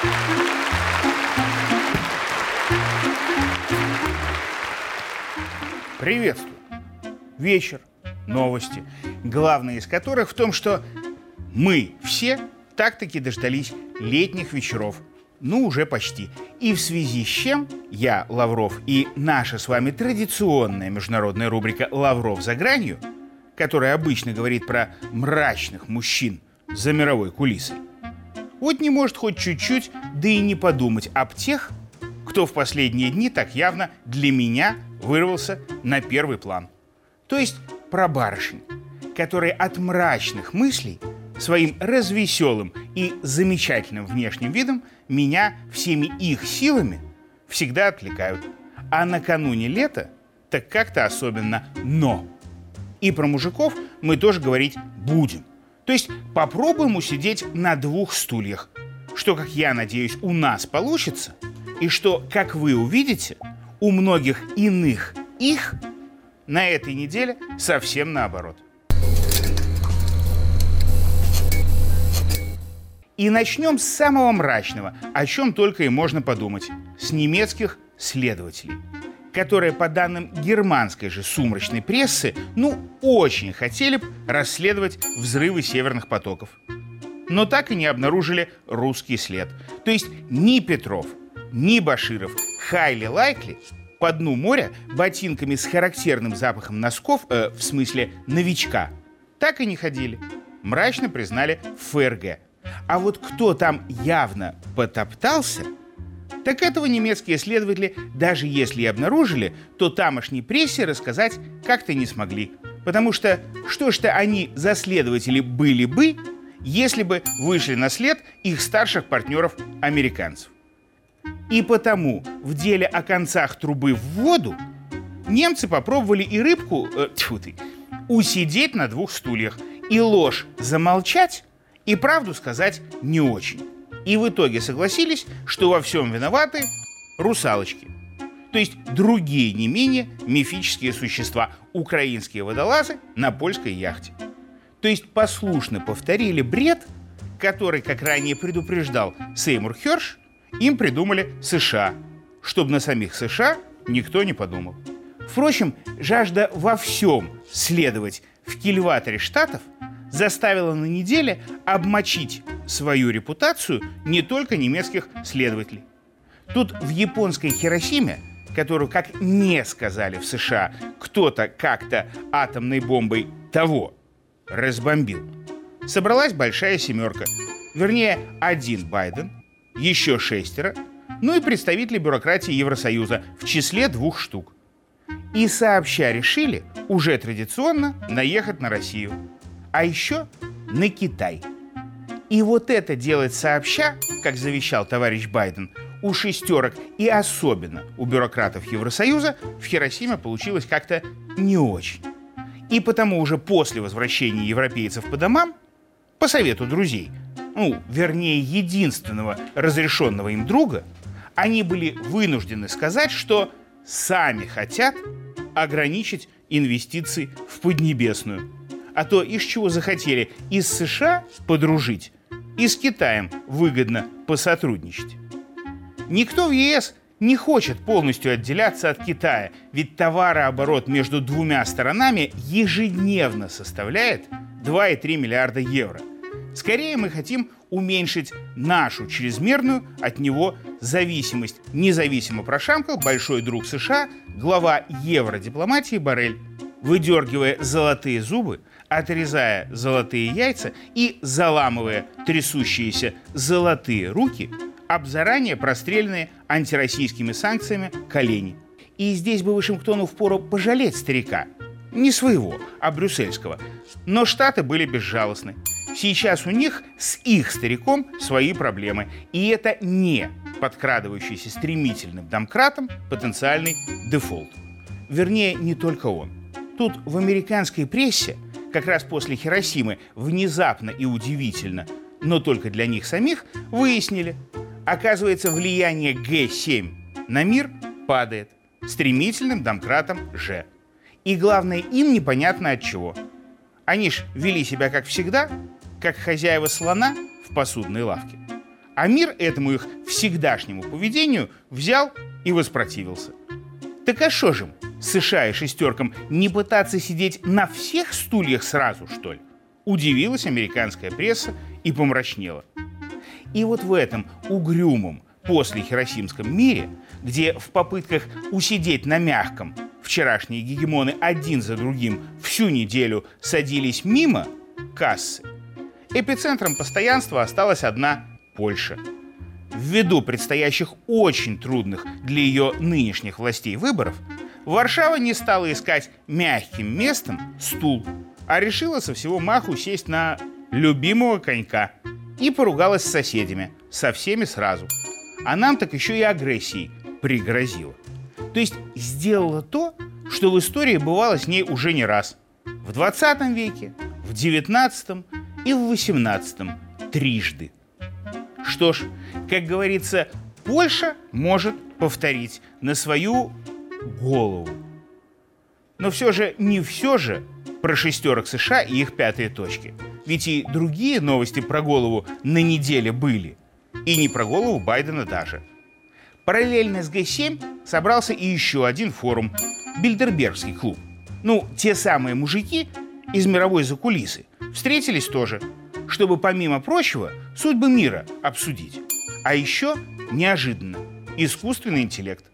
Приветствую. Вечер, новости, главное из которых в том, что мы все так-таки дождались летних вечеров. Ну, уже почти. И в связи с чем я, Лавров, и наша с вами традиционная международная рубрика «Лавров за гранью», которая обычно говорит про мрачных мужчин за мировой кулисой, вот не может хоть чуть-чуть, да и не подумать об тех, кто в последние дни так явно для меня вырвался на первый план. То есть про барышень, которые от мрачных мыслей своим развеселым и замечательным внешним видом меня всеми их силами всегда отвлекают. А накануне лета так как-то особенно «но». И про мужиков мы тоже говорить будем. То есть попробуем усидеть на двух стульях, что, как я надеюсь, у нас получится, и что, как вы увидите, у многих иных их на этой неделе совсем наоборот. И начнем с самого мрачного, о чем только и можно подумать, с немецких следователей, которые, по данным германской же сумрачной прессы, очень хотели бы расследовать взрывы северных потоков. Но так и не обнаружили русский след. То есть ни Петров, ни Баширов, Хайли Лайкли по дну моря ботинками с характерным запахом носков, в смысле новичка, так и не ходили. Мрачно признали ФРГ. А вот кто там явно потоптался, так этого немецкие следователи, даже если и обнаружили, то тамошней прессе рассказать как-то не смогли. Потому что что ж-то они за следователи были бы, если бы вышли на след их старших партнеров-американцев. И потому в деле о концах трубы в воду немцы попробовали и рыбку, усидеть на двух стульях, и ложь замолчать, и правду сказать не очень. И в итоге согласились, что во всем виноваты русалочки. То есть другие не менее мифические существа, украинские водолазы на польской яхте. То есть послушно повторили бред, который, как ранее предупреждал Сеймур Херш, им придумали США, чтобы на самих США никто не подумал. Впрочем, жажда во всем следовать в кильваторе Штатов заставила на неделе обмочить свою репутацию не только немецких следователей. Тут в японской Хиросиме, которую, как не сказали в США, кто-то как-то атомной бомбой того разбомбил, собралась большая семерка. Вернее, один Байден, еще 6, и представители бюрократии Евросоюза в числе 2 штук. И сообща решили уже традиционно наехать на Россию. А еще на Китай. И вот это делать сообща, как завещал товарищ Байден, у шестерок и особенно у бюрократов Евросоюза в Хиросиме получилось как-то не очень. И потому уже после возвращения европейцев по домам, по совету друзей, вернее, единственного разрешенного им друга, они были вынуждены сказать, что сами хотят ограничить инвестиции в Поднебесную. А то из чего захотели из США подружить, и с Китаем выгодно посотрудничать. Никто в ЕС не хочет полностью отделяться от Китая, ведь товарооборот между двумя сторонами ежедневно составляет 2,3 миллиарда евро. Скорее мы хотим уменьшить нашу чрезмерную от него зависимость. Независимо прошамкал большой друг США, глава евродипломатии Боррель, выдергивая золотые зубы, отрезая золотые яйца и заламывая трясущиеся золотые руки об заранее простреленные антироссийскими санкциями колени. И здесь бы Вашингтону впору пожалеть старика. Не своего, а брюссельского. Но Штаты были безжалостны. Сейчас у них с их стариком свои проблемы. И это не подкрадывающийся стремительным домкратом потенциальный дефолт. Вернее, не только он. Тут в американской прессе как раз после Хиросимы внезапно и удивительно, но только для них самих, выяснили, оказывается, влияние Г7 на мир падает стремительным домкратом Ж. И главное, им непонятно от чего. Они ж вели себя как всегда, как хозяева слона в посудной лавке. А мир этому их всегдашнему поведению взял и воспротивился. Так а шо же им, США и шестеркам, не пытаться сидеть на всех стульях сразу, что ли? Удивилась американская пресса и помрачнела. И вот в этом угрюмом после хиросимском мире, где в попытках усидеть на мягком вчерашние гегемоны один за другим всю неделю садились мимо кассы, эпицентром постоянства осталась одна Польша. Ввиду предстоящих очень трудных для ее нынешних властей выборов, Варшава не стала искать мягким местом стул, а решила со всего маху сесть на любимого конька и поругалась с соседями, со всеми сразу. А нам так еще и агрессией пригрозила. То есть сделала то, что в истории бывало с ней уже не раз. В 20 веке, в 19 и в 18 трижды. Что ж, как говорится, Польша может повторить на свою голову. Но все же не все же про шестерок США и их пятые точки. Ведь и другие новости про голову на неделе были. И не про голову Байдена даже. Параллельно с Г7 собрался и еще один форум – Бильдербергский клуб. Ну, те самые мужики из мировой закулисы встретились тоже, чтобы, помимо прочего, судьбы мира обсудить. А еще, неожиданно, искусственный интеллект.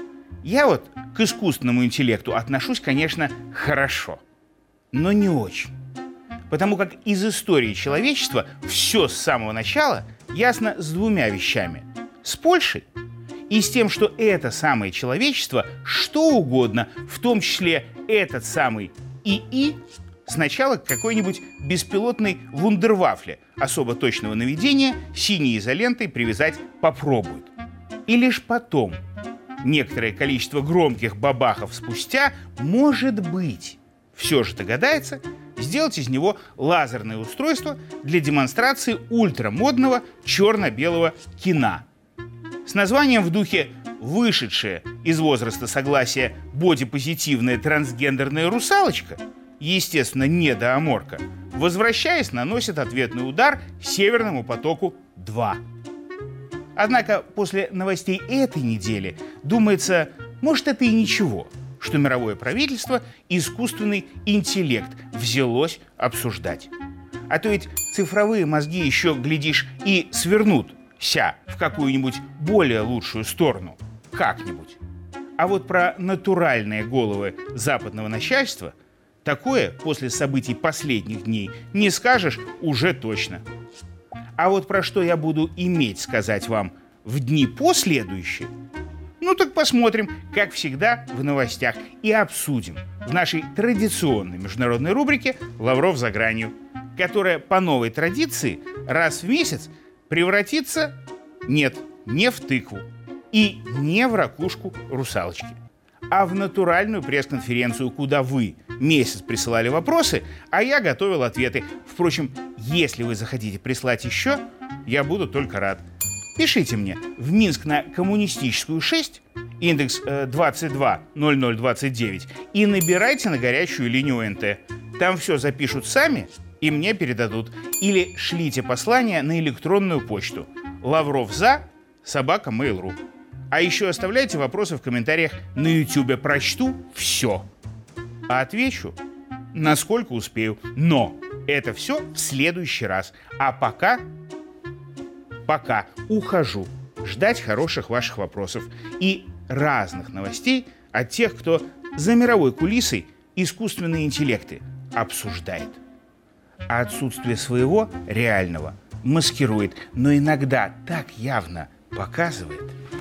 Я вот к искусственному интеллекту отношусь, конечно, хорошо, но не очень. Потому как из истории человечества все с самого начала ясно с двумя вещами. С Польшей и с тем, что это самое человечество что угодно, в том числе этот самый ИИ, сначала к какой-нибудь беспилотной вундервафле особо точного наведения синей изолентой привязать попробует. И лишь потом, некоторое количество громких бабахов спустя, может быть, все же догадается сделать из него лазерное устройство для демонстрации ультрамодного черно-белого кино. С названием в духе «Вышедшая из возраста согласия бодипозитивная трансгендерная русалочка», естественно, недоаморка, возвращаясь, наносит ответный удар Северному потоку-2. Однако после новостей этой недели думается, может, это и ничего, что мировое правительство искусственный интеллект взялось обсуждать. А то ведь цифровые мозги еще, глядишь, и свернутся в какую-нибудь более лучшую сторону. Как-нибудь. А вот про натуральные головы западного начальства такое после событий последних дней не скажешь уже точно. А вот про что я буду иметь сказать вам в дни последующие, ну так посмотрим, как всегда, в новостях и обсудим в нашей традиционной международной рубрике «Лавров за гранью», которая по новой традиции раз в месяц превратится, нет, не в тыкву и не в ракушку русалочки, а в натуральную пресс-конференцию, куда вы месяц присылали вопросы, а я готовил ответы. Впрочем, если вы захотите прислать еще, я буду только рад. Пишите мне в Минск на Коммунистическую 6, индекс 220029, и набирайте на горячую линию НТ. Там все запишут сами и мне передадут. Или шлите послание на электронную почту lavrovza@mail.ru. А еще оставляйте вопросы в комментариях на YouTube. Прочту все. А отвечу, насколько успею. Но это все в следующий раз. А пока ухожу ждать хороших ваших вопросов и разных новостей от тех, кто за мировой кулисой искусственные интеллекты обсуждает. А отсутствие своего реального маскирует, но иногда так явно показывает.